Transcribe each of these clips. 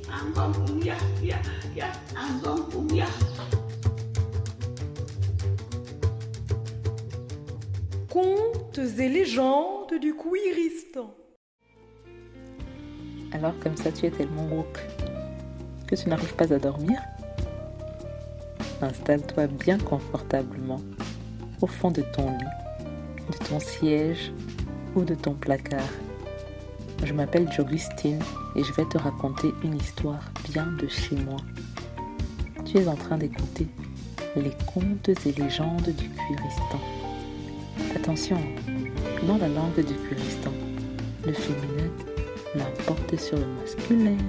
Contes et légendes du Kouiristan. Alors comme ça tu es tellement rauque que tu n'arrives pas à dormir? Installe-toi bien confortablement au fond de ton lit, de ton siège ou de ton placard. Je m'appelle Jogustine et je vais te raconter une histoire bien de chez moi. Tu es en train d'écouter les contes et légendes du Kouiristan. Attention, dans la langue du Kouiristan, le féminin l'emporte sur le masculin.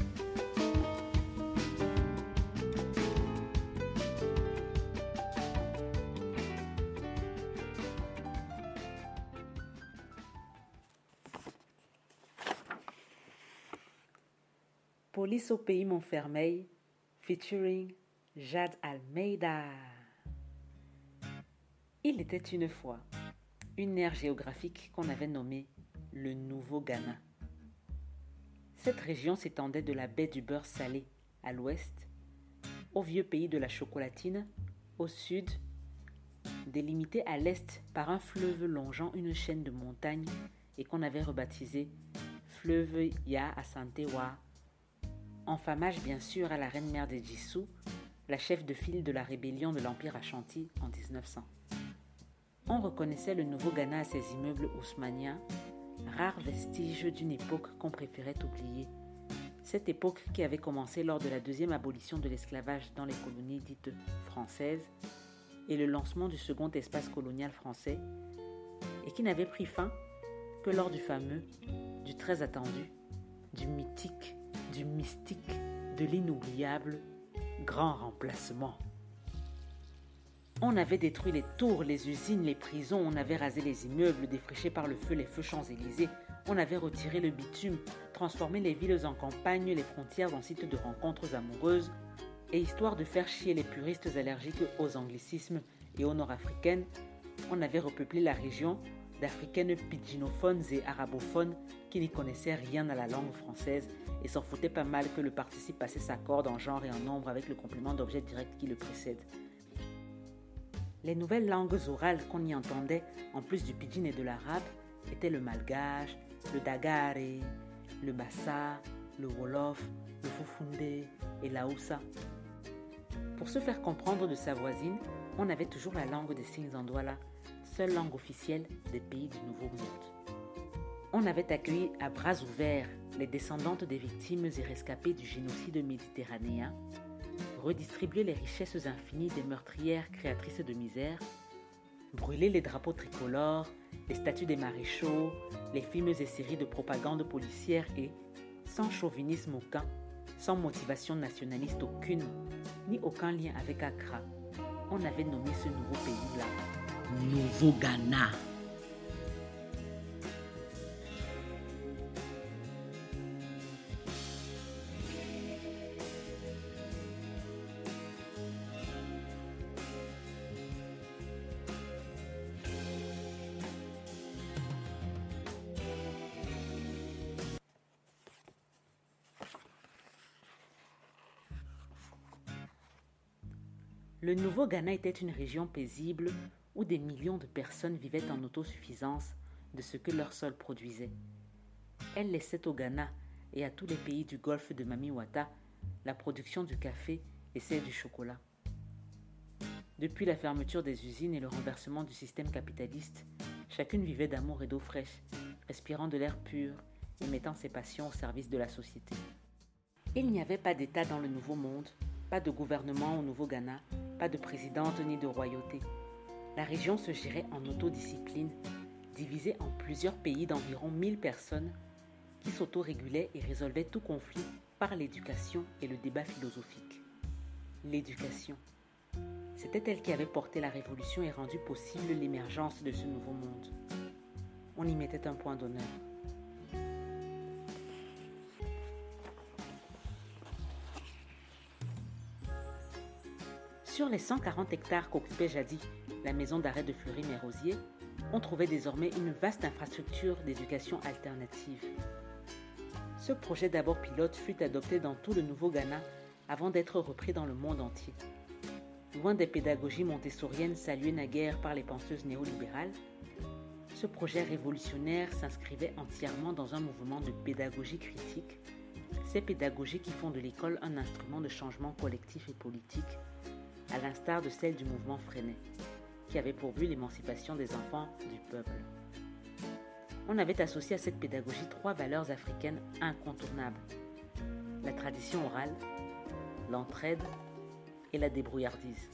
Police au pays Montfermeil, featuring Jade Almeida. Il était une fois une aire géographique qu'on avait nommée le Nouveau Ghana. Cette région s'étendait de la baie du beurre salé à l'ouest, au vieux pays de la chocolatine, au sud, délimitée à l'est par un fleuve longeant une chaîne de montagnes et qu'on avait rebaptisé fleuve Ya Asantewa, en famage bien sûr à la reine-mère des Djissou, la chef de file de la rébellion de l'Empire Ashanti en 1900. On reconnaissait le Nouveau Ghana à ses immeubles haussmanniens, rares vestiges d'une époque qu'on préférait oublier. Cette époque qui avait commencé lors de la deuxième abolition de l'esclavage dans les colonies dites françaises et le lancement du second espace colonial français, et qui n'avait pris fin que lors du fameux, du très attendu, du mythique, du mystique, de l'inoubliable grand remplacement. On avait détruit les tours, les usines, les prisons, on avait rasé les immeubles, défriché par le feu les feux Champs-Élysées, on avait retiré le bitume, transformé les villes en campagnes, les frontières en sites de rencontres amoureuses, et histoire de faire chier les puristes allergiques aux anglicismes et aux nord-africaines, on avait repeuplé la région d'Africaines pidginophones et arabophones qui n'y connaissaient rien à la langue française et s'en foutaient pas mal que le participe passé s'accorde en genre et en nombre avec le complément d'objet direct qui le précède. Les nouvelles langues orales qu'on y entendait, en plus du pidgin et de l'arabe, étaient le malgache, le dagare, le bassa, le wolof, le fufunde et l'Aoussa. Pour se faire comprendre de sa voisine, on avait toujours la langue des signes en douala, seule langue officielle des pays du Nouveau Monde. On avait accueilli à bras ouverts les descendantes des victimes et rescapées du génocide méditerranéen, redistribué les richesses infinies des meurtrières créatrices de misère, brûlé les drapeaux tricolores, les statues des maréchaux, les films et séries de propagande policière et, sans chauvinisme aucun, sans motivation nationaliste aucune, ni aucun lien avec Accra, on avait nommé ce nouveau pays-là Nouveau Ghana. Le Nouveau Ghana était une région paisible où des millions de personnes vivaient en autosuffisance de ce que leur sol produisait. Elle laissait au Ghana et à tous les pays du golfe de Mamiwata la production du café et celle du chocolat. Depuis la fermeture des usines et le renversement du système capitaliste, chacune vivait d'amour et d'eau fraîche, respirant de l'air pur et mettant ses passions au service de la société. Il n'y avait pas d'État dans le Nouveau Monde, pas de gouvernement au Nouveau Ghana, pas de présidente ni de royauté. La région se gérait en autodiscipline, divisée en plusieurs pays d'environ 1000 personnes qui s'autorégulaient et résolvaient tout conflit par l'éducation et le débat philosophique. L'éducation. C'était elle qui avait porté la révolution et rendu possible l'émergence de ce nouveau monde. On y mettait un point d'honneur. Sur les 140 hectares qu'occupait jadis la maison d'arrêt de Fleury-Mérosier, on trouvait désormais une vaste infrastructure d'éducation alternative. Ce projet d'abord pilote fut adopté dans tout le Nouveau-Ghana avant d'être repris dans le monde entier. Loin des pédagogies montessoriennes saluées naguère par les penseuses néolibérales, ce projet révolutionnaire s'inscrivait entièrement dans un mouvement de pédagogie critique, ces pédagogies qui font de l'école un instrument de changement collectif et politique, à l'instar de celle du mouvement Freinet, qui avait pour but l'émancipation des enfants du peuple. On avait associé à cette pédagogie 3 valeurs africaines incontournables: la tradition orale, l'entraide et la débrouillardise.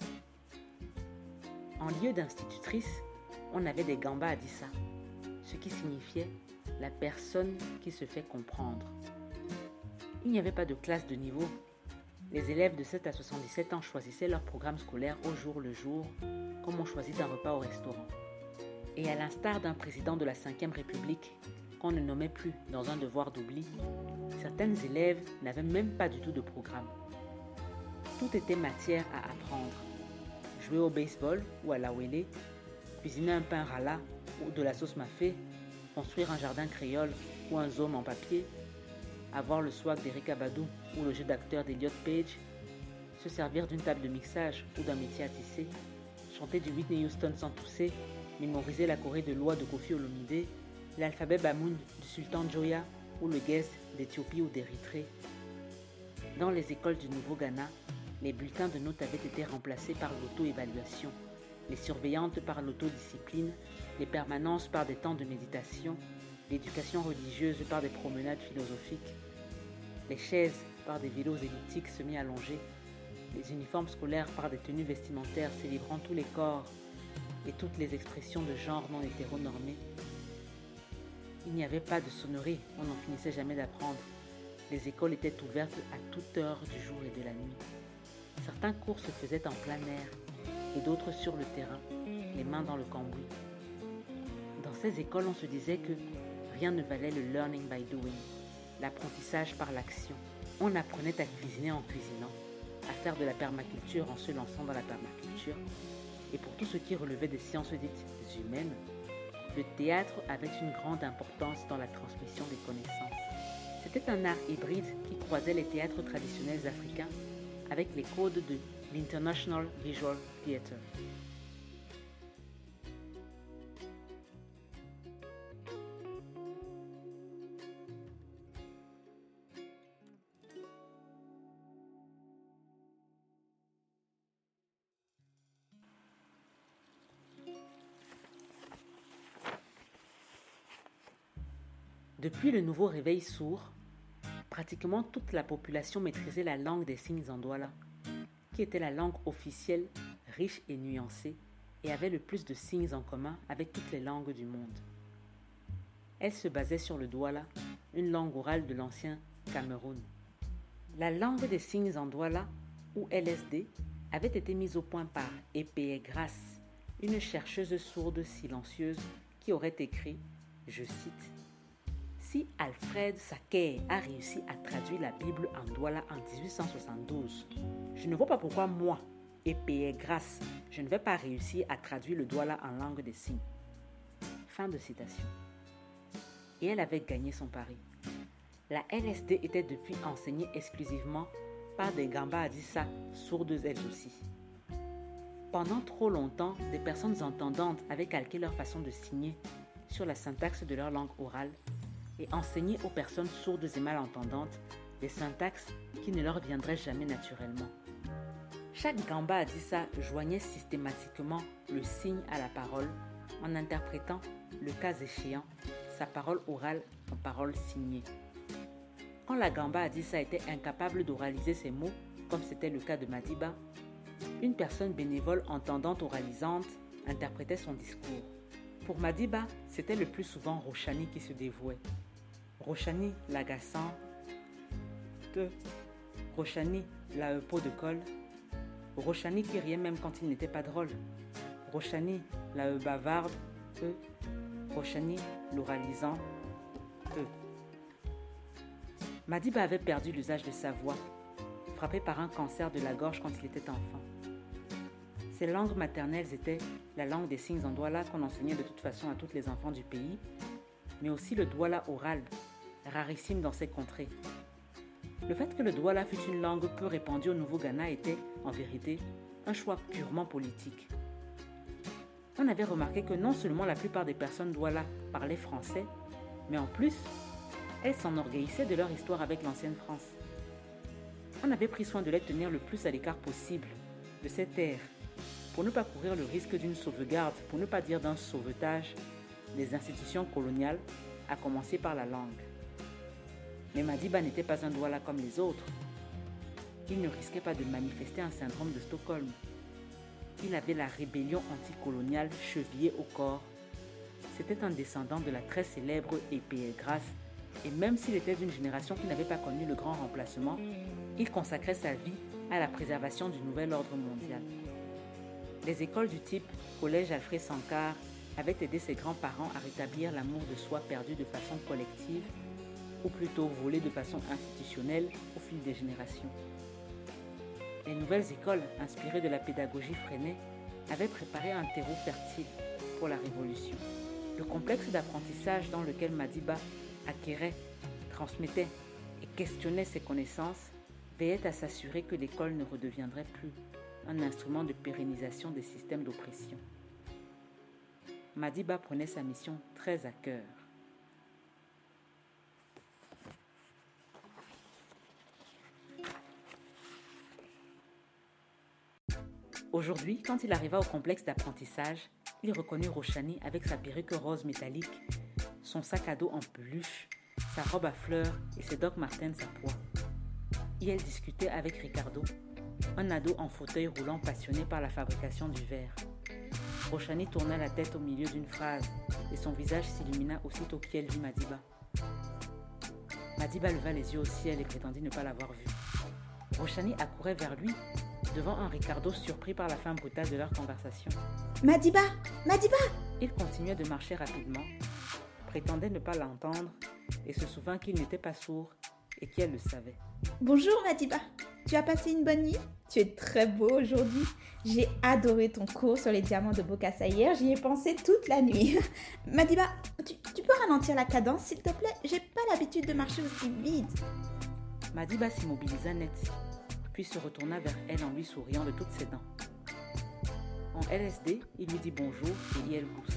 En lieu d'institutrice, on avait des Gamba Adissa, ce qui signifiait la personne qui se fait comprendre. Il n'y avait pas de classe de niveau. Les élèves de 7 à 77 ans choisissaient leur programme scolaire au jour le jour, comme on choisit un repas au restaurant. Et à l'instar d'un président de la Ve République, qu'on ne nommait plus dans un devoir d'oubli, certains élèves n'avaient même pas du tout de programme. Tout était matière à apprendre. Jouer au baseball ou à la wélé, cuisiner un pain rala ou de la sauce mafé, construire un jardin créole ou un zone en papier, avoir le swag d'Eric Abadou ou le jeu d'acteur d'Elliot Page, se servir d'une table de mixage ou d'un métier à tisser, chanter du Whitney Houston sans tousser, mémoriser la Corée de loi de Kofi Olomide, l'alphabet Bamoun du sultan Joya ou le Gez d'Éthiopie ou d'Érythrée. Dans les écoles du Nouveau-Ghana, les bulletins de notes avaient été remplacés par l'auto-évaluation, les surveillantes par l'autodiscipline, les permanences par des temps de méditation, l'éducation religieuse par des promenades philosophiques, les chaises par des vélos elliptiques semi-allongés, les uniformes scolaires par des tenues vestimentaires célébrant tous les corps et toutes les expressions de genre non hétéronormées. Il n'y avait pas de sonnerie, on n'en finissait jamais d'apprendre. Les écoles étaient ouvertes à toute heure du jour et de la nuit. Certains cours se faisaient en plein air et d'autres sur le terrain, les mains dans le cambouis. Dans ces écoles, on se disait que rien ne valait le learning by doing, l'apprentissage par l'action. On apprenait à cuisiner en cuisinant, à faire de la permaculture en se lançant dans la permaculture. Et pour tout ce qui relevait des sciences dites humaines, le théâtre avait une grande importance dans la transmission des connaissances. C'était un art hybride qui croisait les théâtres traditionnels africains avec les codes de l'International Visual Theatre. Depuis le nouveau réveil sourd, pratiquement toute la population maîtrisait la langue des signes en douala, qui était la langue officielle, riche et nuancée, et avait le plus de signes en commun avec toutes les langues du monde. Elle se basait sur le douala, une langue orale de l'ancien Cameroun. La langue des signes en douala, ou LSD, avait été mise au point par Epeye Grace, une chercheuse sourde silencieuse qui aurait écrit, je cite, si Alfred Sackey a réussi à traduire la Bible en douala en 1872, je ne vois pas pourquoi moi, Epeye Grace, je ne vais pas réussir à traduire le douala en langue des signes. Fin de citation. Et elle avait gagné son pari. La LSD était depuis enseignée exclusivement par des Gamba Adissa sourdes elles aussi. Pendant trop longtemps, des personnes entendantes avaient calqué leur façon de signer sur la syntaxe de leur langue orale et enseigné aux personnes sourdes et malentendantes des syntaxes qui ne leur viendraient jamais naturellement. Chaque Gamba Adissa joignait systématiquement le signe à la parole en interprétant, le cas échéant, sa parole orale en parole signée. Quand la Gamba Adissa était incapable d'oraliser ses mots, comme c'était le cas de Madiba, une personne bénévole entendante oralisante interprétait son discours. Pour Madiba, c'était le plus souvent Rochani qui se dévouait. Rochani l'agaçant, Rochani la peau de colle, Rochani qui riait même quand il n'était pas drôle, Rochani la bavarde, Rochani l'oralisant, Madiba avait perdu l'usage de sa voix, frappé par un cancer de la gorge quand il était enfant. Ses langues maternelles étaient la langue des signes en douala qu'on enseignait de toute façon à tous les enfants du pays, mais aussi le douala oral, rarissime dans ces contrées. Le fait que le douala fût une langue peu répandue au Nouveau-Ghana était, en vérité, un choix purement politique. On avait remarqué que non seulement la plupart des personnes douala parlaient français, mais en plus, elles s'enorgueillissaient de leur histoire avec l'ancienne France. On avait pris soin de les tenir le plus à l'écart possible de ces terres, pour ne pas courir le risque d'une sauvegarde, pour ne pas dire d'un sauvetage des institutions coloniales, à commencer par la langue. Mais Madiba n'était pas un douala comme les autres. Il ne risquait pas de manifester un syndrome de Stockholm. Il avait la rébellion anticoloniale chevillée au corps. C'était un descendant de la très célèbre épée Grasse, et même s'il était d'une génération qui n'avait pas connu le grand remplacement, il consacrait sa vie à la préservation du nouvel ordre mondial. Les écoles du type Collège Alfred Sankar avaient aidé ses grands-parents à rétablir l'amour de soi perdu de façon collective, ou plutôt volé de façon institutionnelle au fil des générations. Les nouvelles écoles, inspirées de la pédagogie freinée, avaient préparé un terreau fertile pour la révolution. Le complexe d'apprentissage dans lequel Madiba acquérait, transmettait et questionnait ses connaissances veillait à s'assurer que l'école ne redeviendrait plus un instrument de pérennisation des systèmes d'oppression. Madiba prenait sa mission très à cœur. Aujourd'hui, quand il arriva au complexe d'apprentissage, il reconnut Roshani avec sa perruque rose métallique, son sac à dos en peluche, sa robe à fleurs et ses Doc Martens à pois. Et elle discutait avec Ricardo, un ado en fauteuil roulant passionné par la fabrication du verre. Roshani tourna la tête au milieu d'une phrase et son visage s'illumina aussitôt qu'elle vit Madiba. Madiba leva les yeux au ciel et prétendit ne pas l'avoir vu. Roshani accourait vers lui, devant un Ricardo surpris par la fin brutale de leur conversation. « Madiba! Madiba !» Il continuait de marcher rapidement, prétendait ne pas l'entendre et se souvint qu'il n'était pas sourd et qu'elle le savait. « Bonjour Madiba, tu as passé une bonne nuit? Tu es très beau aujourd'hui. J'ai adoré ton cours sur les diamants de Bokassa hier, j'y ai pensé toute la nuit. Madiba, tu peux ralentir la cadence s'il te plaît? J'ai pas l'habitude de marcher aussi vite. » Madiba s'immobilisa net, puis se retourna vers elle en lui souriant de toutes ses dents. En LSD, il lui dit bonjour et Yel gloussa.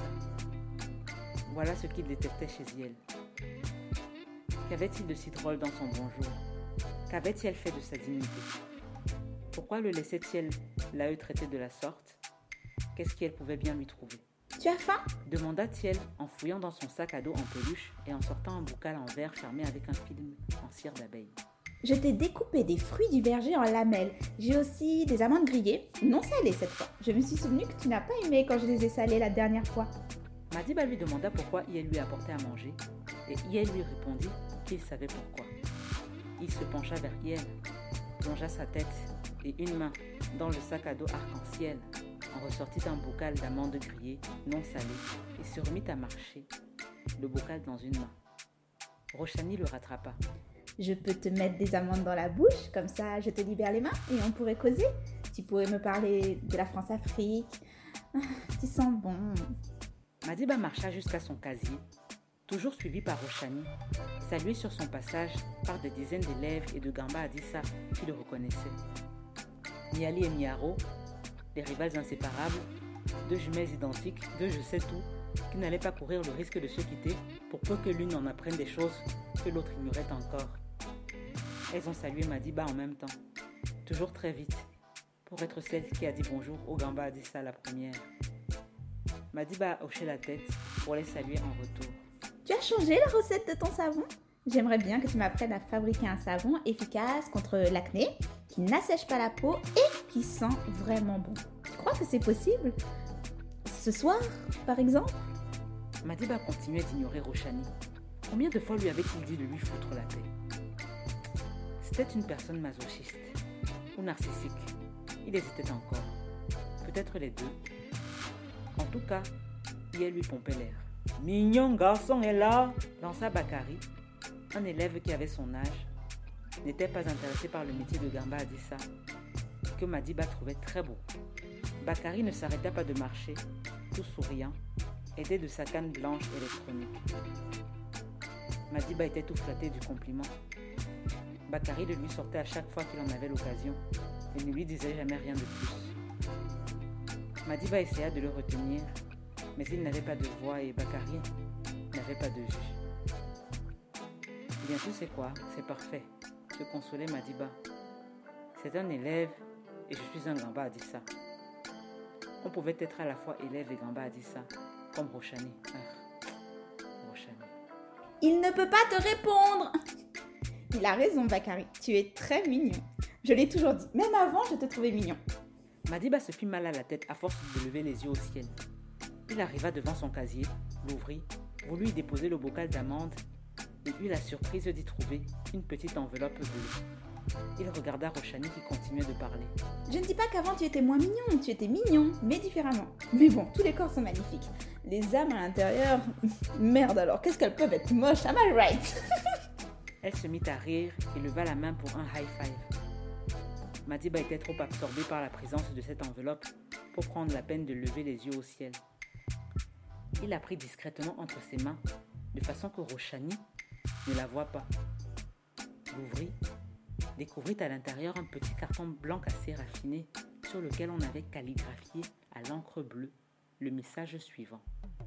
Voilà ce qu'il détestait chez Yel. Qu'avait-il de si drôle dans son bonjour? Qu'avait-il fait de sa dignité? Pourquoi le laissait-il la traiter de la sorte? Qu'est-ce qu'elle pouvait bien lui trouver? Tu as faim? Demanda-t-il en fouillant dans son sac à dos en peluche et en sortant un bocal en verre fermé avec un film en cire d'abeille. Je t'ai découpé des fruits du verger en lamelles. J'ai aussi des amandes grillées, non salées cette fois. Je me suis souvenu que tu n'as pas aimé quand je les ai salées la dernière fois. Madiba lui demanda pourquoi Yel lui apportait à manger et Yel lui répondit qu'il savait pourquoi. Il se pencha vers Yel, plongea sa tête et une main dans le sac à dos arc-en-ciel, en ressortit un bocal d'amandes grillées non salées et se remit à marcher, le bocal dans une main. Roshani le rattrapa. Je peux te mettre des amandes dans la bouche, comme ça je te libère les mains et on pourrait causer. Tu pourrais me parler de la France-Afrique. Tu sens bon. Madiba marcha jusqu'à son casier, toujours suivi par Roshani, salué sur son passage par des dizaines d'élèves et de Gamba Adissa qui le reconnaissaient. Niali et Miaro, les rivales inséparables, deux jumelles identiques, deux je sais tout, qui n'allaient pas courir le risque de se quitter pour peu que l'une en apprenne des choses que l'autre ignorait encore. Elles ont salué Madiba en même temps, toujours très vite, pour être celle qui a dit bonjour au Gamba Adissa la première. Madiba a hoché la tête pour les saluer en retour. Tu as changé la recette de ton savon? J'aimerais bien que tu m'apprennes à fabriquer un savon efficace contre l'acné, qui n'assèche pas la peau et qui sent vraiment bon. Tu crois que c'est possible? Ce soir, par exemple? Madiba continuait d'ignorer Roshani. Combien de fois lui avait-il dit de lui foutre la paix? C'était une personne masochiste ou narcissique. Il hésitait encore. Peut-être les deux. En tout cas, Yel lui pompait l'air. « Mignon garçon est là !» lança Bakari, un élève qui avait son âge, n'était pas intéressé par le métier de Gamba Adissa, que Madiba trouvait très beau. Bakari ne s'arrêta pas de marcher, tout souriant, aidé de sa canne blanche électronique. Madiba était tout flatté du compliment. Bakary le lui sortait à chaque fois qu'il en avait l'occasion et ne lui disait jamais rien de plus. Madiba essaya de le retenir, mais il n'avait pas de voix et Bakary n'avait pas de vue. Bien sûr, c'est quoi? C'est parfait, se consolait Madiba. C'est un élève et je suis un Gamba Adissa. On pouvait être à la fois élève et Gamba Adissa, comme Rochani. Rochani. Il ne peut pas te répondre. Il a raison, Bakary. Tu es très mignon. Je l'ai toujours dit. Même avant, je te trouvais mignon. Madiba se fit mal à la tête à force de lever les yeux au ciel. Il arriva devant son casier, l'ouvrit, voulut y déposer le bocal d'amandes et eut la surprise d'y trouver une petite enveloppe bleue. Il regarda Rochani qui continuait de parler. Je ne dis pas qu'avant tu étais moins mignon. Tu étais mignon, mais différemment. Mais bon, tous les corps sont magnifiques. Les âmes à l'intérieur... Merde alors, qu'est-ce qu'elles peuvent être moches, am I right? Elle se mit à rire et leva la main pour un high five. Madiba était trop absorbé par la présence de cette enveloppe pour prendre la peine de lever les yeux au ciel. Il la prit discrètement entre ses mains, de façon que Rochani ne la voie pas. L'ouvrit, découvrit à l'intérieur un petit carton blanc assez raffiné sur lequel on avait calligraphié à l'encre bleue le message suivant.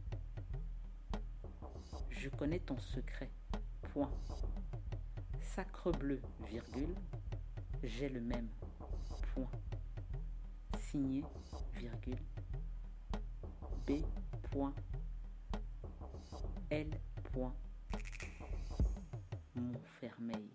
Je connais ton secret. Point. Sacre bleu, virgule. J'ai le même. Point. Signé, virgule. B. Point. L. Point. Montfermeil.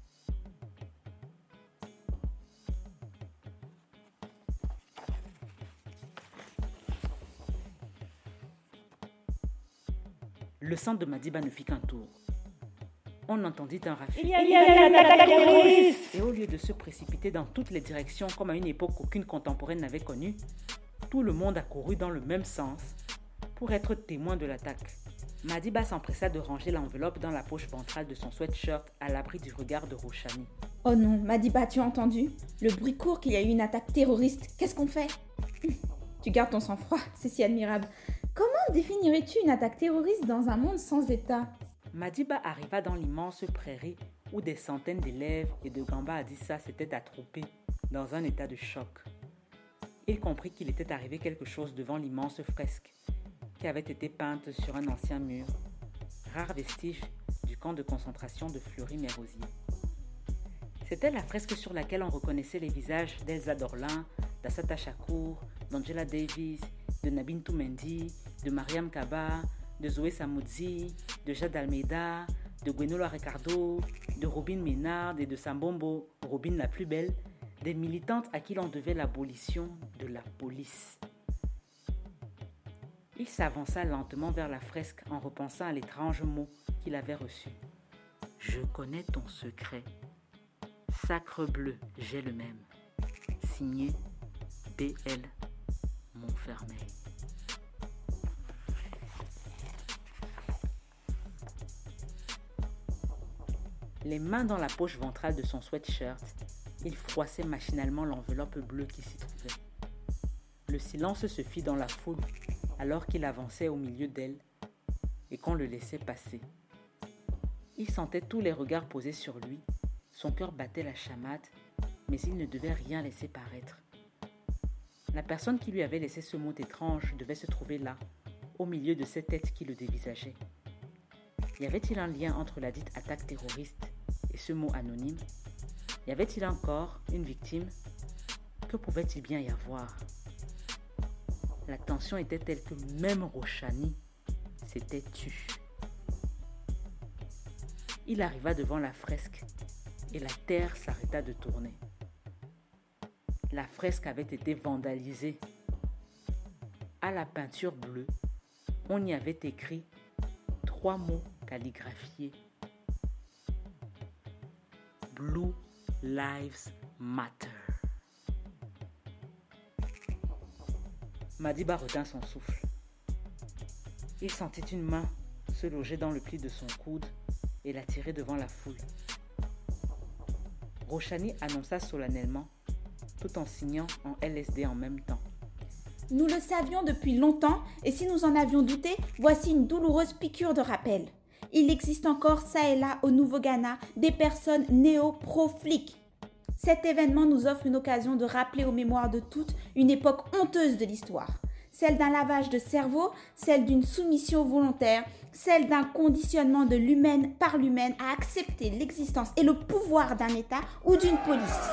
Le sang de Madiba ne fit qu'un tour. On entendit un raffut. Il y a une attaque terroriste! Et au lieu de se précipiter dans toutes les directions comme à une époque qu'aucune contemporaine n'avait connue, tout le monde accourut dans le même sens pour être témoin de l'attaque. Madiba s'empressa de ranger l'enveloppe dans la poche ventrale de son sweatshirt à l'abri du regard de Rochani. Oh non, Madiba, tu as entendu? Le bruit court qu'il y a eu une attaque terroriste. Qu'est-ce qu'on fait? Tu gardes ton sang-froid, c'est si admirable. Comment définirais-tu une attaque terroriste dans un monde sans État? Madiba arriva dans l'immense prairie où des centaines d'élèves et de Gamba Adissa s'étaient attroupés dans un état de choc. Il comprit qu'il était arrivé quelque chose devant l'immense fresque qui avait été peinte sur un ancien mur, rare vestige du camp de concentration de Fleury-Mérosier. C'était la fresque sur laquelle on reconnaissait les visages d'Elsa Dorlin, d'Assata Shakur, d'Angela Davis, de Nabintou Mendy, de Mariam Kaba, de Zoé Samudzi, de Jade Almeida, de Gwenola Ricardo, de Robin Ménard et de Sambombo, Robin la plus belle, des militantes à qui l'on devait l'abolition de la police. Il s'avança lentement vers la fresque en repensant à l'étrange mot qu'il avait reçu. « Je connais ton secret. Sacre bleu, j'ai le même. Signé B.L. Montfermeil. » Les mains dans la poche ventrale de son sweatshirt, il froissait machinalement l'enveloppe bleue qui s'y trouvait. Le silence se fit dans la foule alors qu'il avançait au milieu d'elle et qu'on le laissait passer. Il sentait tous les regards posés sur lui, son cœur battait la chamade, mais il ne devait rien laisser paraître. La personne qui lui avait laissé ce mot étrange devait se trouver là, au milieu de ces têtes qui le dévisageaient. Y avait-il un lien entre la dite attaque terroriste et ce mot anonyme? Y avait-il encore une victime? Que pouvait-il bien y avoir? La tension était telle que même Rochani s'était tue. Il arriva devant la fresque et la terre s'arrêta de tourner. La fresque avait été vandalisée. À la peinture bleue, on y avait écrit 3 mots calligraphiés. Blue Lives Matter. Madiba retint son souffle. Il sentit une main se loger dans le pli de son coude et la tirer devant la foule. Rochani annonça solennellement, tout en signant en LSD en même temps. Nous le savions depuis longtemps et si nous en avions douté, voici une douloureuse piqûre de rappel. il existe encore ça et là au Nouveau-Ghana des personnes néo-pro-flics. Cet événement nous offre une occasion de rappeler aux mémoires de toutes une époque honteuse de l'histoire. Celle d'un lavage de cerveau, celle d'une soumission volontaire, celle d'un conditionnement de l'humaine par l'humaine à accepter l'existence et le pouvoir d'un État ou d'une police.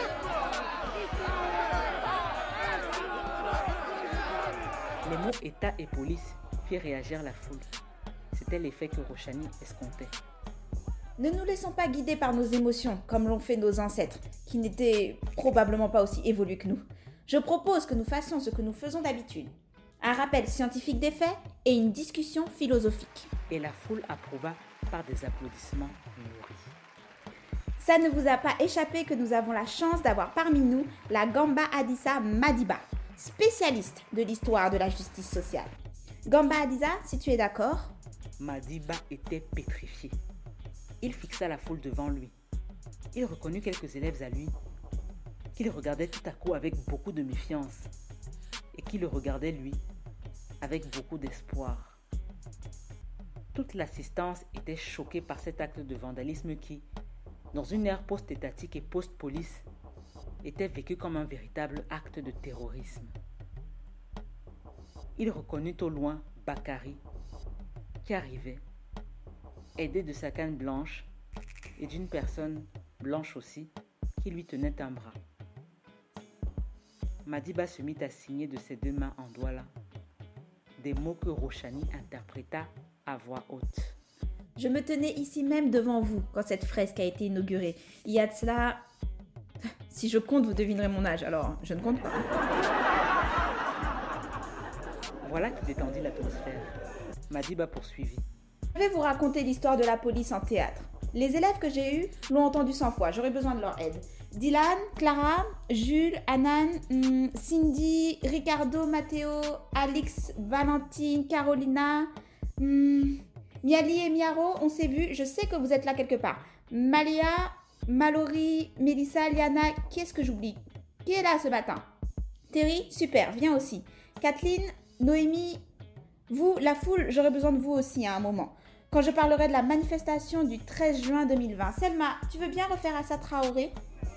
Les mots État et police firent réagir la foule. C'était l'effet que Roshani escomptait. Ne nous laissons pas guider par nos émotions, comme l'ont fait nos ancêtres, qui n'étaient probablement pas aussi évolués que nous. Je propose que nous fassions ce que nous faisons d'habitude. Un rappel scientifique des faits et une discussion philosophique. Et la foule approuva par des applaudissements nourris. Ça ne vous a pas échappé que nous avons la chance d'avoir parmi nous la Gamba Adissa Madiba, spécialiste de l'histoire de la justice sociale. Gamba Adissa, si tu es d'accord. Madiba était pétrifié. Il fixa la foule devant lui. Il reconnut quelques élèves à lui, qu'il regardait tout à coup avec beaucoup de méfiance, et qui le regardaient lui, avec beaucoup d'espoir. Toute l'assistance était choquée par cet acte de vandalisme qui, dans une ère post-étatique et post-police, était vécu comme un véritable acte de terrorisme. Il reconnut au loin Bakary, qui arrivait, aidé de sa canne blanche et d'une personne blanche aussi qui lui tenait un bras. Madiba se mit à signer de ses deux mains en douala des mots que Roshani interpréta à voix haute. Je me tenais ici même devant vous quand cette fresque a été inaugurée. Il y a de cela... Si je compte, vous devinerez mon âge, alors je ne compte pas. Voilà qui détendit l'atmosphère. Madiba poursuivit. Je vais vous raconter l'histoire de la police en théâtre. Les élèves que j'ai eus l'ont entendu 100 fois, j'aurais besoin de leur aide. Dylan, Clara, Jules, Anan, Cindy, Ricardo, Matteo, Alix, Valentine, Carolina, Miali et Miaro, on s'est vus, je sais que vous êtes là quelque part. Malia, Mallory, Mélissa, Liana, qui est-ce que j'oublie? Qui est là ce matin? Terry, super, viens aussi. Kathleen, Noémie, vous, la foule, j'aurais besoin de vous aussi à un moment. Quand je parlerai de la manifestation du 13 juin 2020. Selma, tu veux bien refaire Assa Traoré?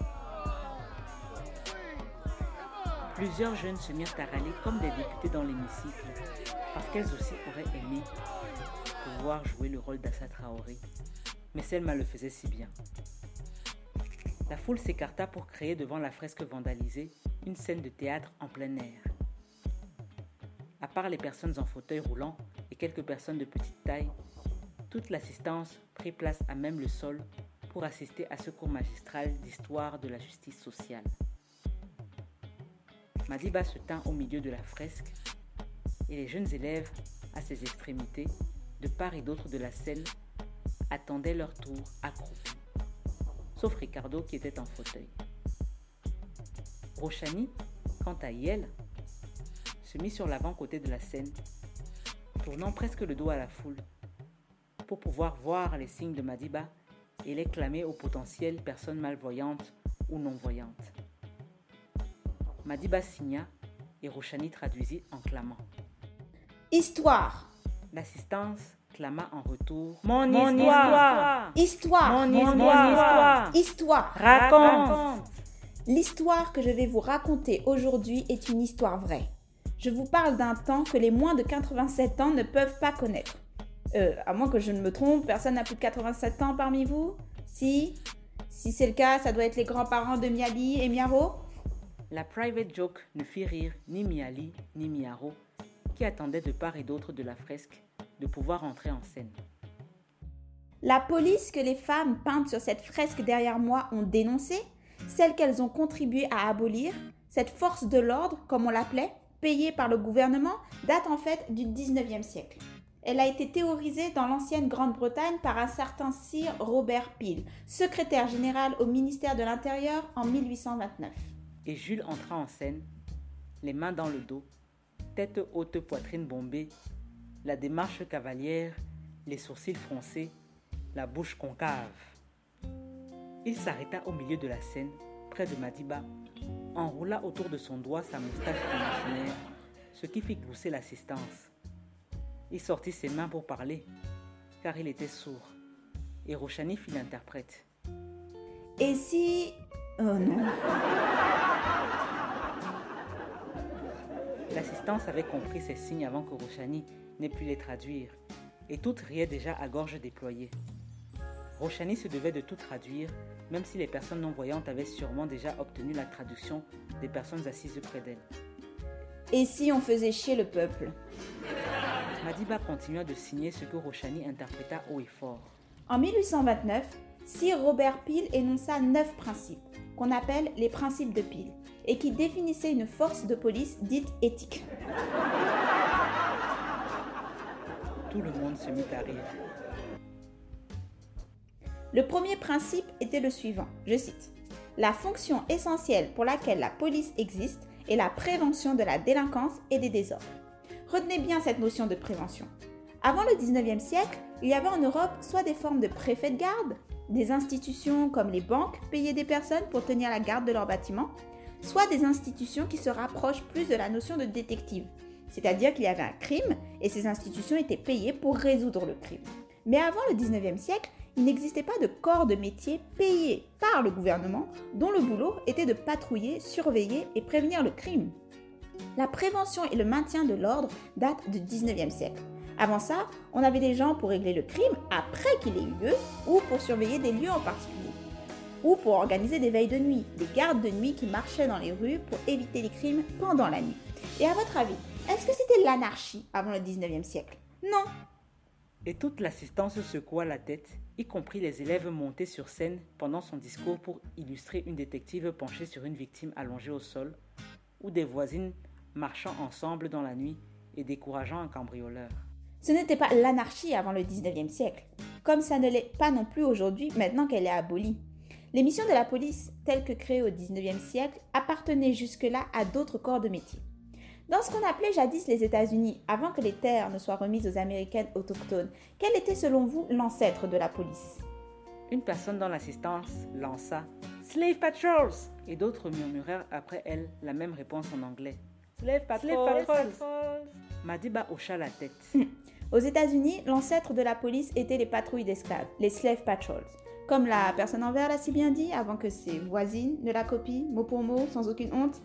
Plusieurs jeunes se mirent à râler comme des députés dans l'hémicycle, parce qu'elles aussi auraient aimé pouvoir jouer le rôle d'Assa Traoré. Mais Selma le faisait si bien. La foule s'écarta pour créer devant la fresque vandalisée une scène de théâtre en plein air. À part les personnes en fauteuil roulant et quelques personnes de petite taille, toute l'assistance prit place à même le sol pour assister à ce cours magistral d'histoire de la justice sociale. Madiba se tint au milieu de la fresque et les jeunes élèves, à ses extrémités, de part et d'autre de la scène, attendaient leur tour accroupis, sauf Ricardo qui était en fauteuil. Roshani, quant à elle, se mit sur l'avant-côté de la scène, tournant presque le dos à la foule, pour pouvoir voir les signes de Madiba et les clamer aux potentielles personnes malvoyantes ou non-voyantes. Madiba signa et Roshani traduisit en clamant. Histoire. L'assistance clama en retour. Mon histoire. Histoire. Mon histoire. Histoire. Raconte. L'histoire que je vais vous raconter aujourd'hui est une histoire vraie. Je vous parle d'un temps que les moins de 87 ans ne peuvent pas connaître. À moins que je ne me trompe, personne n'a plus de 87 ans parmi vous? Si c'est le cas, ça doit être les grands-parents de Miali et Miaro. La private joke ne fit rire ni Miali ni Miaro, qui attendaient de part et d'autre de la fresque de pouvoir entrer en scène. La police que les femmes peintes sur cette fresque derrière moi ont dénoncée, celle qu'elles ont contribué à abolir, cette force de l'ordre, comme on l'appelait, payée par le gouvernement, date en fait du 19e siècle. Elle a été théorisée dans l'ancienne Grande-Bretagne par un certain Sir Robert Peel, secrétaire général au ministère de l'Intérieur en 1829. Et Jules entra en scène, les mains dans le dos, tête haute, poitrine bombée, la démarche cavalière, les sourcils froncés, la bouche concave. Il s'arrêta au milieu de la scène, près de Madiba, enroula autour de son doigt sa moustache imaginaire, ce qui fit glousser l'assistance. Il sortit ses mains pour parler. car il était sourd. Et Roshani fit l'interprète. Et si... Oh non. L'assistance avait compris ces signes avant que Roshani n'ait pu les traduire, et toutes riaient déjà à gorge déployée. Roshani se devait de tout traduire, même si les personnes non-voyantes avaient sûrement déjà obtenu la traduction des personnes assises près d'elle. Et si on faisait chier le peuple? Madiba continua de signer ce que Roshani interpréta haut et fort. En 1829, Sir Robert Peel énonça 9 principes, qu'on appelle les principes de Peel, et qui définissaient une force de police dite éthique. Tout le monde se mit à rire. Le premier principe était le suivant, je cite. « La fonction essentielle pour laquelle la police existe est la prévention de la délinquance et des désordres. » Retenez bien cette notion de prévention. Avant le 19e siècle, il y avait en Europe soit des formes de préfets de garde, des institutions comme les banques payaient des personnes pour tenir la garde de leurs bâtiments, soit des institutions qui se rapprochent plus de la notion de détective, c'est-à-dire qu'il y avait un crime et ces institutions étaient payées pour résoudre le crime. Mais avant le 19e siècle, il n'existait pas de corps de métier payé par le gouvernement dont le boulot était de patrouiller, surveiller et prévenir le crime. La prévention et le maintien de l'ordre datent du 19e siècle. Avant ça, on avait des gens pour régler le crime après qu'il ait eu lieu ou pour surveiller des lieux en particulier ou pour organiser des veilles de nuit, des gardes de nuit qui marchaient dans les rues pour éviter les crimes pendant la nuit. Et à votre avis, est-ce que c'était l'anarchie avant le 19e siècle? Non. Et toute l'assistance secoua la tête, y compris les élèves montés sur scène pendant son discours pour illustrer une détective penchée sur une victime allongée au sol, ou des voisines marchant ensemble dans la nuit et décourageant un cambrioleur. Ce n'était pas l'anarchie avant le 19e siècle, comme ça ne l'est pas non plus aujourd'hui maintenant qu'elle est abolie. Les missions de la police, telles que créées au 19e siècle, appartenaient jusque-là à d'autres corps de métier. Dans ce qu'on appelait jadis les États-Unis, avant que les terres ne soient remises aux Américaines autochtones, quel était selon vous l'ancêtre de la police? Une personne dans l'assistance lança « Slave Patrols !» et d'autres murmurèrent après elle la même réponse en anglais. « Slave Patrols !» Madiba hocha la tête. Aux États-Unis, l'ancêtre de la police était les patrouilles d'esclaves, les Slave Patrols. Comme la personne en vert l'a si bien dit, avant que ses voisines ne la copient, mot pour mot, sans aucune honte.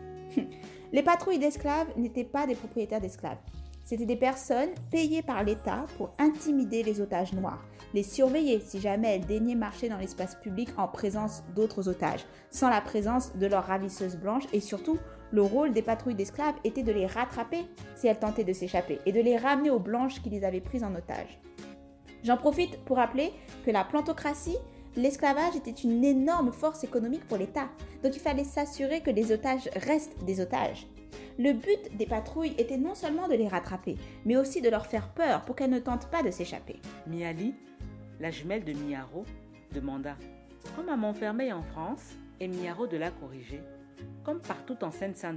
Les patrouilles d'esclaves n'étaient pas des propriétaires d'esclaves. C'étaient des personnes payées par l'État pour intimider les otages noirs, les surveiller si jamais elles daignaient marcher dans l'espace public en présence d'autres otages, sans la présence de leurs ravisseuses blanches et surtout, le rôle des patrouilles d'esclaves était de les rattraper si elles tentaient de s'échapper et de les ramener aux blanches qui les avaient prises en otage. J'en profite pour rappeler que la plantocratie, l'esclavage était une énorme force économique pour l'État, donc il fallait s'assurer que les otages restent des otages. Le but des patrouilles était non seulement de les rattraper, mais aussi de leur faire peur pour qu'elles ne tentent pas de s'échapper. Miali, la jumelle de Miaro, demanda « Comme à Montfermeil en France ?» et Miaro de la corriger « Comme partout en Seine-Saint-Denis ?»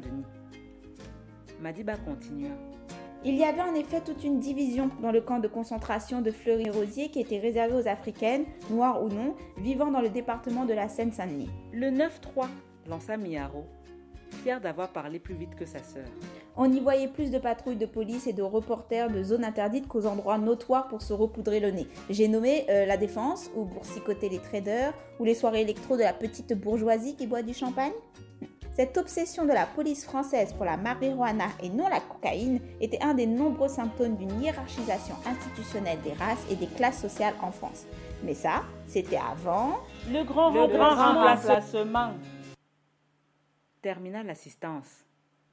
Madiba continua. Il y avait en effet toute une division dans le camp de concentration de Fleury-Rosier qui était réservé aux Africaines, noires ou non, vivant dans le département de la Seine-Saint-Denis. Le 9-3, lança Miaro, fier d'avoir parlé plus vite que sa sœur. On y voyait plus de patrouilles de police et de reporters de zones interdites qu'aux endroits notoires pour se repoudrer le nez. J'ai nommé la Défense, ou pour psychoter les traders, ou les soirées électro de la petite bourgeoisie qui boit du champagne. Cette obsession de la police française pour la marijuana et non la cocaïne était un des nombreux symptômes d'une hiérarchisation institutionnelle des races et des classes sociales en France. Mais ça, c'était avant... Le grand remplacement. Termina l'assistance.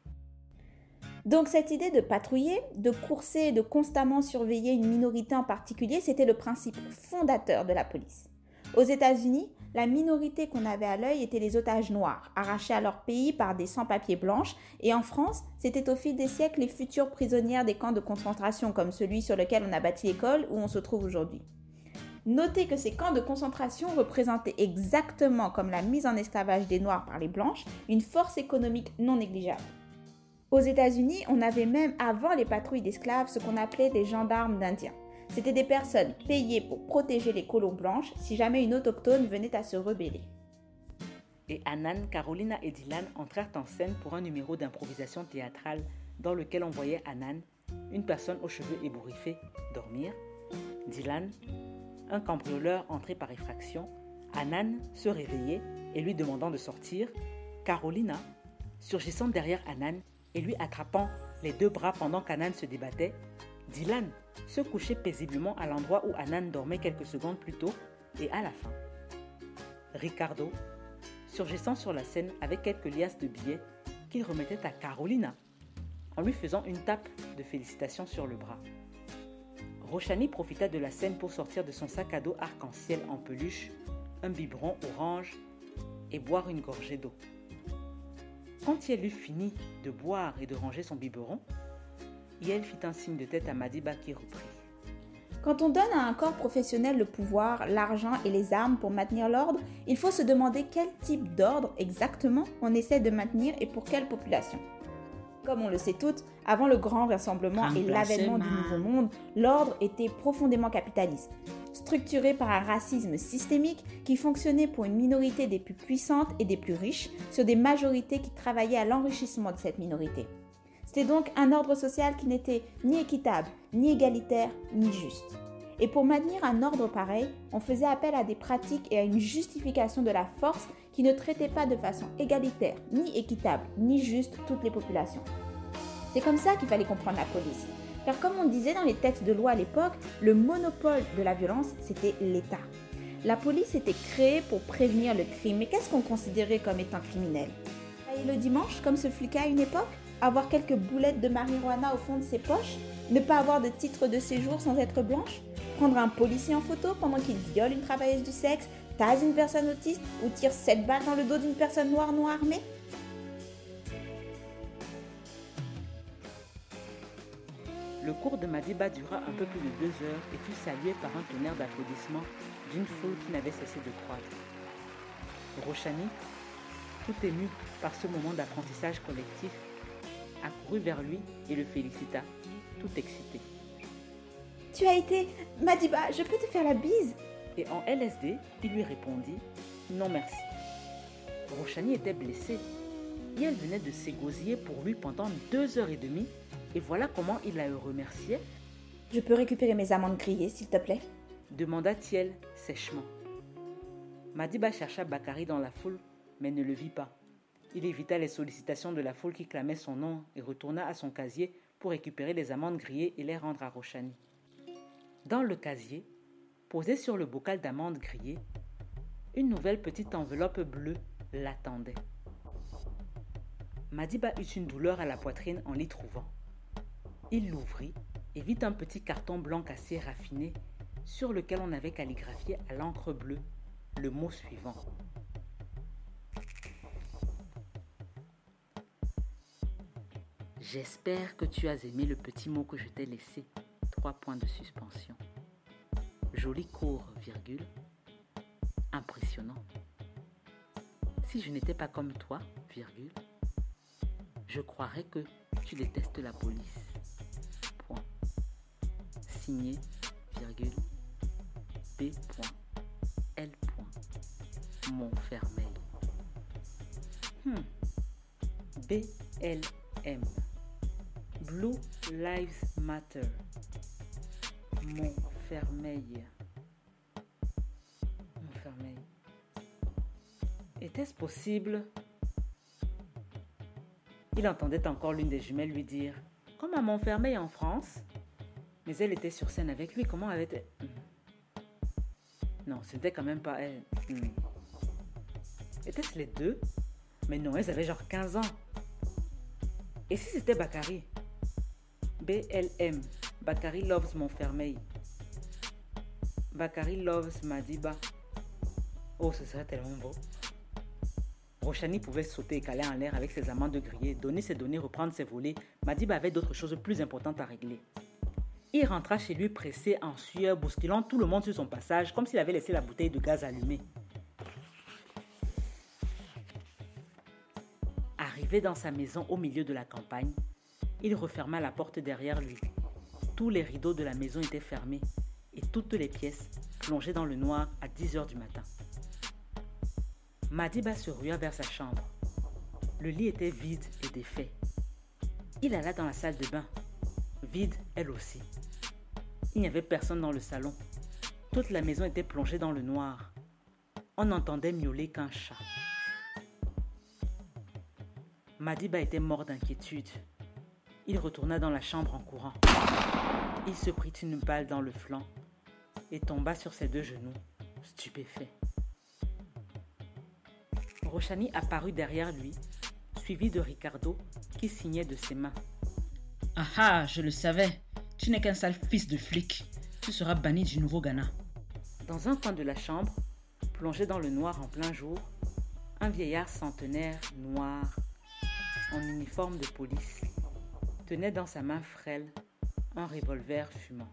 Donc cette idée de patrouiller, de courser et de constamment surveiller une minorité en particulier, c'était le principe fondateur de la police. Aux États-Unis, la minorité qu'on avait à l'œil était les otages noirs, arrachés à leur pays par des sans-papiers blanches, et en France, c'était au fil des siècles les futures prisonnières des camps de concentration, comme celui sur lequel on a bâti l'école où on se trouve aujourd'hui. Notez que ces camps de concentration représentaient exactement comme la mise en esclavage des Noirs par les Blanches, une force économique non négligeable. Aux États-Unis, on avait même avant les patrouilles d'esclaves ce qu'on appelait des gendarmes d'Indiens. C'était des personnes payées pour protéger les colons blanches si jamais une autochtone venait à se rebeller. Et Anan, Carolina et Dylan entrèrent en scène pour un numéro d'improvisation théâtrale dans lequel on voyait Anan, une personne aux cheveux ébouriffés, dormir, Dylan, un cambrioleur entré par effraction, Hanan se réveillait et lui demandant de sortir, Carolina, surgissant derrière Hanan et lui attrapant les 2 bras pendant qu'Hanan se débattait, Dylan se couchait paisiblement à l'endroit où Hanan dormait quelques secondes plus tôt et à la fin, Ricardo, surgissant sur la scène avec quelques liasses de billets qu'il remettait à Carolina en lui faisant une tape de félicitations sur le bras. Roshani profita de la scène pour sortir de son sac à dos arc-en-ciel en peluche un biberon orange et boire une gorgée d'eau. Quand elle eut fini de boire et de ranger son biberon, elle fit un signe de tête à Madiba qui reprit. Quand on donne à un corps professionnel le pouvoir, l'argent et les armes pour maintenir l'ordre, il faut se demander quel type d'ordre exactement on essaie de maintenir et pour quelle population. Comme on le sait toutes, avant le grand rassemblement et l'avènement du Nouveau Monde, l'ordre était profondément capitaliste, structuré par un racisme systémique qui fonctionnait pour une minorité des plus puissantes et des plus riches sur des majorités qui travaillaient à l'enrichissement de cette minorité. C'était donc un ordre social qui n'était ni équitable, ni égalitaire, ni juste. Et pour maintenir un ordre pareil, on faisait appel à des pratiques et à une justification de la force qui ne traitait pas de façon égalitaire, ni équitable, ni juste toutes les populations. C'est comme ça qu'il fallait comprendre la police. Car comme on disait dans les textes de loi à l'époque, le monopole de la violence, c'était l'État. La police était créée pour prévenir le crime, mais qu'est-ce qu'on considérait comme étant criminel ? Travailler le dimanche, comme ce fut le cas à une époque ? Avoir quelques boulettes de marijuana au fond de ses poches, ne pas avoir de titre de séjour sans être blanche, prendre un policier en photo pendant qu'il viole une travailleuse du sexe, tase une personne autiste ou tire 7 balles dans le dos d'une personne noire non armée. Le cours de Madiba dura un peu plus de 2 heures et fut salué par un tonnerre d'applaudissements d'une foule qui n'avait cessé de croître. Roshani, tout ému par ce moment d'apprentissage collectif, accourut vers lui et le félicita, tout excité. « Tu as été... Madiba, je peux te faire la bise ?» Et en LSD, il lui répondit « Non merci ». Roshani était blessée et elle venait de s'égosiller pour lui pendant 2h30 et voilà comment il la remerciait. « Je peux récupérer mes amandes grillées, s'il te plaît ?» demanda-t-elle sèchement. Madiba chercha Bakari dans la foule, mais ne le vit pas. Il évita les sollicitations de la foule qui clamait son nom et retourna à son casier pour récupérer les amandes grillées et les rendre à Roshani. Dans le casier, posée sur le bocal d'amandes grillées, une nouvelle petite enveloppe bleue l'attendait. Madiba eut une douleur à la poitrine en l'y trouvant. Il l'ouvrit et vit un petit carton blanc cassé raffiné sur lequel on avait calligraphié à l'encre bleue le mot suivant. J'espère que tu as aimé le petit mot que je t'ai laissé. 3 points de suspension. Joli cours, virgule. Impressionnant. Si je n'étais pas comme toi, virgule, je croirais que tu détestes la police. Point. Signé, virgule, B.L. Montfermeil. BLM. Blue Lives Matter. Montfermeil. Était-ce possible? Il entendait encore l'une des jumelles lui dire « Comme à Montfermeil en France ?» Mais elle était sur scène avec lui. Comment avait-elle... Non, ce n'était quand même pas elle. Étaient-ce les deux? Mais non, elles avaient genre 15 ans. Et si c'était Bakari? BLM. Bakari loves Montfermeil. Bakari loves Madiba. Oh, ce serait tellement beau. Roshani pouvait sauter et caler en l'air avec ses amandes grillées, donner ses données, reprendre ses volets. Madiba avait d'autres choses plus importantes à régler. Il rentra chez lui pressé, en sueur, bousculant tout le monde sur son passage, comme s'il avait laissé la bouteille de gaz allumée. Arrivé dans sa maison au milieu de la campagne, il referma la porte derrière lui. Tous les rideaux de la maison étaient fermés et toutes les pièces plongées dans le noir à 10h du matin. Madiba se rua vers sa chambre. Le lit était vide et défait. Il alla dans la salle de bain, vide elle aussi. Il n'y avait personne dans le salon. Toute la maison était plongée dans le noir. On n'entendait miauler qu'un chat. Madiba était mort d'inquiétude. Il retourna dans la chambre en courant. Il se prit une balle dans le flanc et tomba sur ses 2 genoux, stupéfait. Roshani apparut derrière lui, suivi de Ricardo qui signait de ses mains. Ah ah, je le savais. Tu n'es qu'un sale fils de flic. Tu seras banni du nouveau Ghana. Dans un coin de la chambre, plongé dans le noir en plein jour, un vieillard centenaire noir, en uniforme de police, tenait dans sa main frêle un revolver fumant.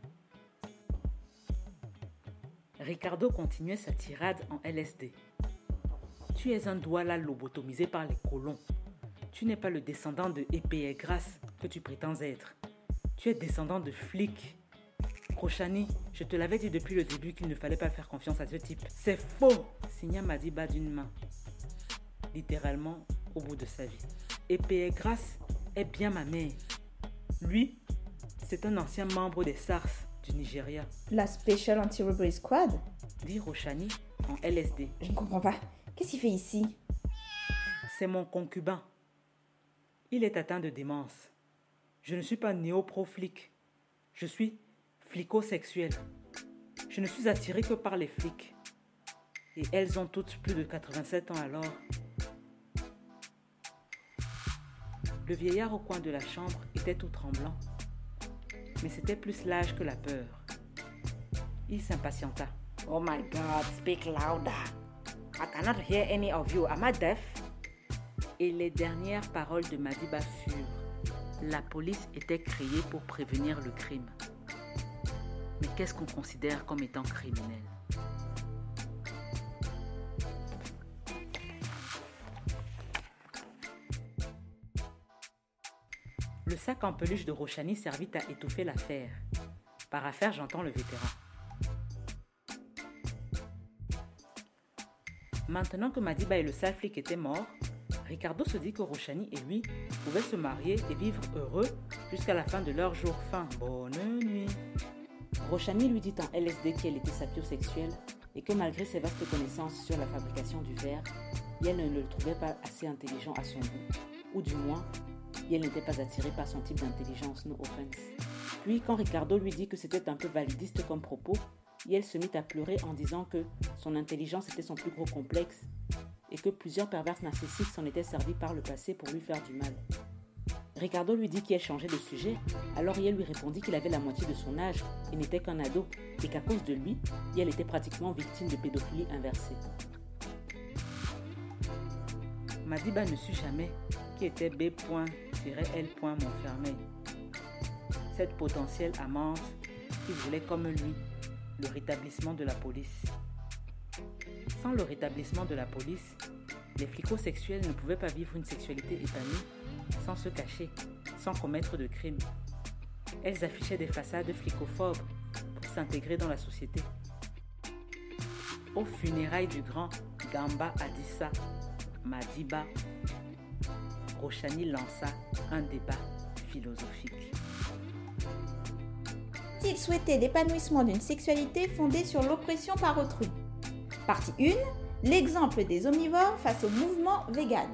Ricardo continuait sa tirade en LSD. Tu es un douala lobotomisé par les colons. Tu n'es pas le descendant de épée et grâce que tu prétends être. Tu es descendant de flic. Roshani, je te l'avais dit depuis le début qu'il ne fallait pas faire confiance à ce type. C'est faux, signa Madiba d'une main. Littéralement au bout de sa vie. Épée et grâce est bien ma mère. Lui, c'est un ancien membre des SARS du Nigeria. La Special Anti-Robbery Squad? Dit Roshani en LSD. Je ne comprends pas. Qu'est-ce qu'il fait ici? C'est mon concubin. Il est atteint de démence. Je ne suis pas néo-pro-flic. Je suis flico-sexuel. Je ne suis attiré que par les flics. Et elles ont toutes plus de 87 ans alors. Le vieillard au coin de la chambre était tout tremblant. Mais c'était plus l'âge que la peur. Il s'impatienta. Oh my God, speak louder. I cannot hear any of you. Am I deaf? Et les dernières paroles de Madiba furent: la police était créée pour prévenir le crime. Mais qu'est-ce qu'on considère comme étant criminel? Le sac en peluche de Roshani servit à étouffer l'affaire. Par affaire, j'entends le vétéran. Maintenant que Madiba et le sale flic étaient morts, Ricardo se dit que Roshani et lui pouvaient se marier et vivre heureux jusqu'à la fin de leur jour fin. Bonne nuit. Roshani lui dit en LSD qu'elle était sapiosexuelle et que malgré ses vastes connaissances sur la fabrication du verre, elle ne le trouvait pas assez intelligent à son goût, ou du moins, elle n'était pas attirée par son type d'intelligence, no offense. Puis, quand Ricardo lui dit que c'était un peu validiste comme propos, elle se mit à pleurer en disant que son intelligence était son plus gros complexe et que plusieurs perverses narcissiques s'en étaient servis par le passé pour lui faire du mal. Ricardo lui dit qu'il changeait de sujet, alors elle lui répondit qu'il avait la moitié de son âge et n'était qu'un ado, et qu'à cause de lui, elle était pratiquement victime de pédophilie inversée. Madiba ne sut jamais qui était B.L. Montfermeil. Cette potentielle amante qui voulait comme lui le rétablissement de la police. Sans le rétablissement de la police, les flicosexuels ne pouvaient pas vivre une sexualité épanouie sans se cacher, sans commettre de crimes. Elles affichaient des façades flicophobes pour s'intégrer dans la société. Aux funérailles du grand Gamba Adissa Madiba, Roshani lança un débat philosophique. Il souhaitait l'épanouissement d'une sexualité fondée sur l'oppression par autrui. Partie 1. L'exemple des omnivores face au mouvement vegan.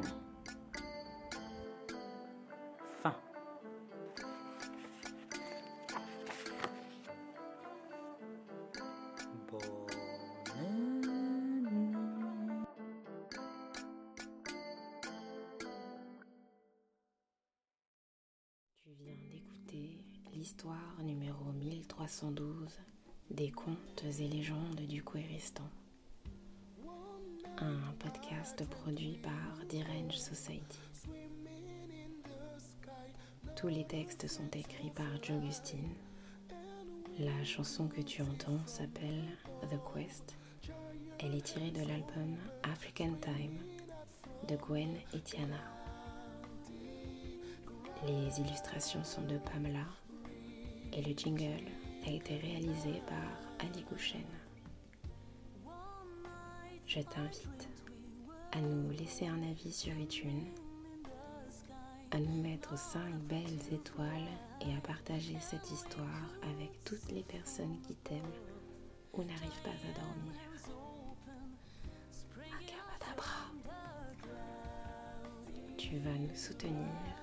Fin. Tu viens d'écouter l'histoire numéro 1312 des contes et légendes du Kouéristan. Un podcast produit par Dirange Society. Tous les textes sont écrits par Jogustine. La chanson que tu entends s'appelle The Quest. Elle est tirée de l'album African Time de Gwen et Tiana. Les illustrations sont de Pamela et le jingle a été réalisé par Ali Gouchen. Je t'invite à nous laisser un avis sur iTunes, à nous mettre 5 belles étoiles et à partager cette histoire avec toutes les personnes qui t'aiment ou n'arrivent pas à dormir. Akabadabra. Tu vas nous soutenir